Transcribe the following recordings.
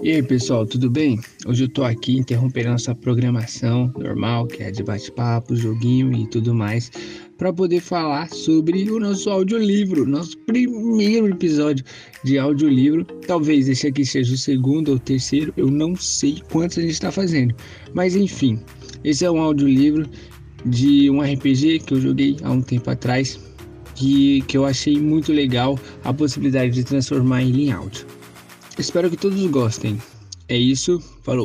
E aí, pessoal, tudo bem? Hoje eu tô aqui interrompendo a nossa programação normal, que é de bate-papo, joguinho e tudo mais, para poder falar sobre o nosso audiolivro, nosso primeiro episódio de audiolivro. Talvez esse aqui seja o segundo ou terceiro, eu não sei quantos a gente está fazendo, mas enfim, esse é um audiolivro de um RPG que eu joguei há um tempo atrás, que eu achei muito legal a possibilidade de transformar ele em áudio. Espero que todos gostem. É isso, falou!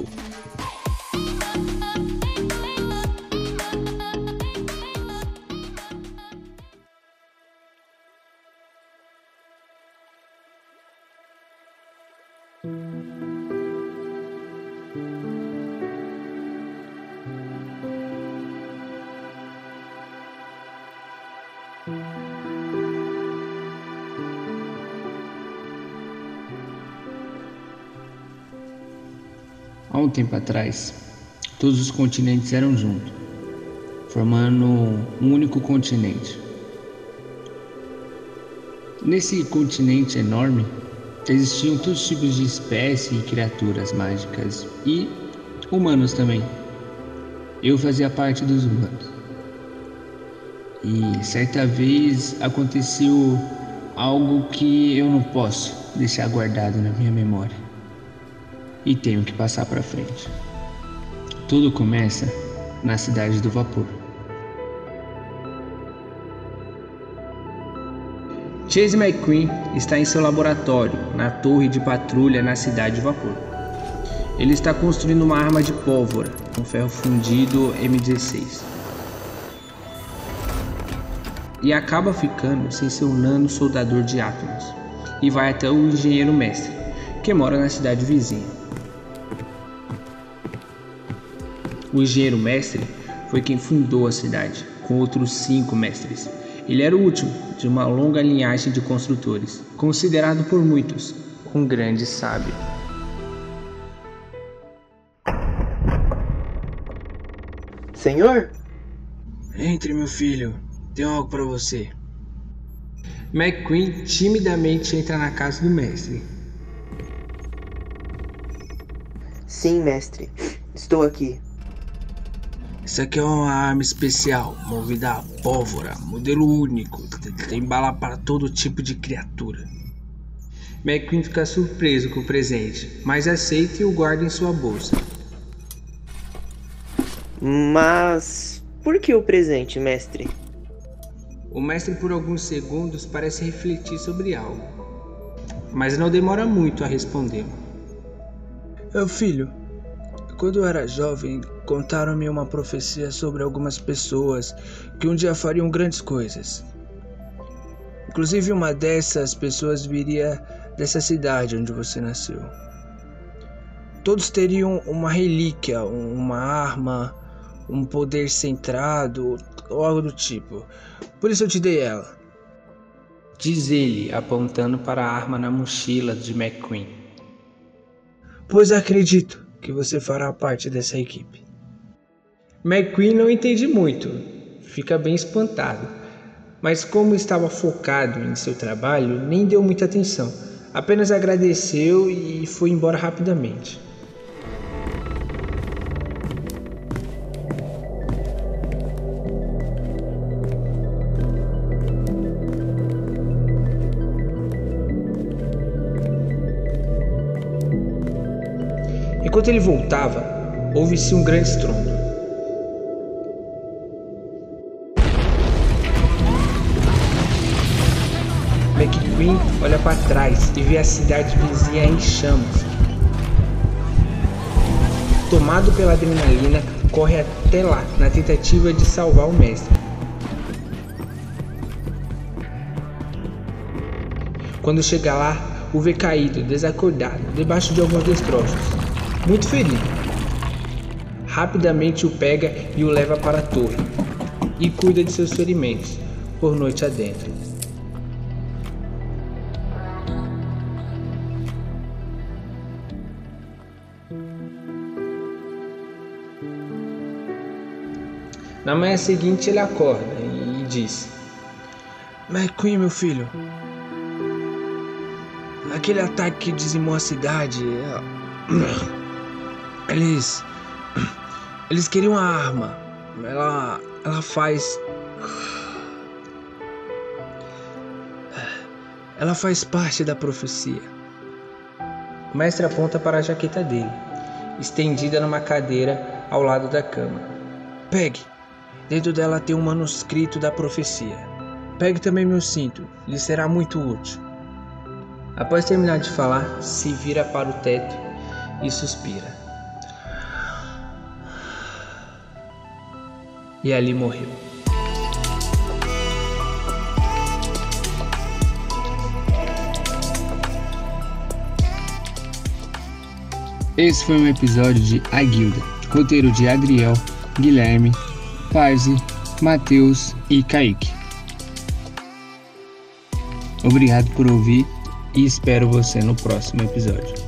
Há um tempo atrás, todos os continentes eram juntos, formando um único continente. Nesse continente enorme, existiam todos os tipos de espécies e criaturas mágicas, e humanos também. Eu fazia parte dos humanos. E certa vez aconteceu algo que eu não posso deixar guardado na minha memória. E tenho que passar para frente. Tudo começa na cidade do vapor. Chase McQueen está em seu laboratório, na torre de patrulha na cidade de vapor. Ele está construindo uma arma de pólvora, um ferro fundido M16. E acaba ficando sem seu nano soldador de átomos. E vai até o engenheiro mestre, que mora na cidade vizinha. O engenheiro mestre foi quem fundou a cidade, com outros 5 mestres. Ele era o último de uma longa linhagem de construtores, considerado por muitos um grande sábio. Senhor? Entre, meu filho, tenho algo para você. McQueen timidamente entra na casa do mestre. Sim, mestre. Estou aqui. Isso aqui é uma arma especial, movida a pólvora, modelo único, tem bala para todo tipo de criatura. McQueen fica surpreso com o presente, mas aceita e o guarda em sua bolsa. Mas por que o presente, mestre? O mestre por alguns segundos parece refletir sobre algo, mas não demora muito a responder. Meu filho, quando eu era jovem, contaram-me uma profecia sobre algumas pessoas que um dia fariam grandes coisas. Inclusive uma dessas pessoas viria dessa cidade onde você nasceu. Todos teriam uma relíquia, uma arma, um poder centrado ou algo do tipo. Por isso eu te dei ela. Diz ele, apontando para a arma na mochila de McQueen. Pois acredito que você fará parte dessa equipe. McQueen não entende muito, fica bem espantado, mas como estava focado em seu trabalho, nem deu muita atenção, apenas agradeceu e foi embora rapidamente. Enquanto ele voltava, houve-se um grande estrondo. McQueen olha para trás e vê a cidade vizinha em chamas. Tomado pela adrenalina, corre até lá na tentativa de salvar o mestre. Quando chega lá, o vê caído, desacordado, debaixo de alguns destroços, muito ferido. Rapidamente o pega e o leva para a torre e cuida de seus ferimentos, por noite adentro. Na manhã seguinte ele acorda e diz: McQueen, meu filho, aquele ataque que dizimou a cidade, Eles queriam a arma. Ela faz parte da profecia. O mestre aponta para a jaqueta dele, estendida numa cadeira ao lado da cama. Pegue. Dentro dela tem um manuscrito da profecia. Pegue também meu cinto, lhe será muito útil. Após terminar de falar, se vira para o teto e suspira. E ali morreu. Esse foi um episódio de A Guilda, roteiro de Adriel, Guilherme, Parzi, Matheus e Kaique. Obrigado por ouvir e espero você no próximo episódio.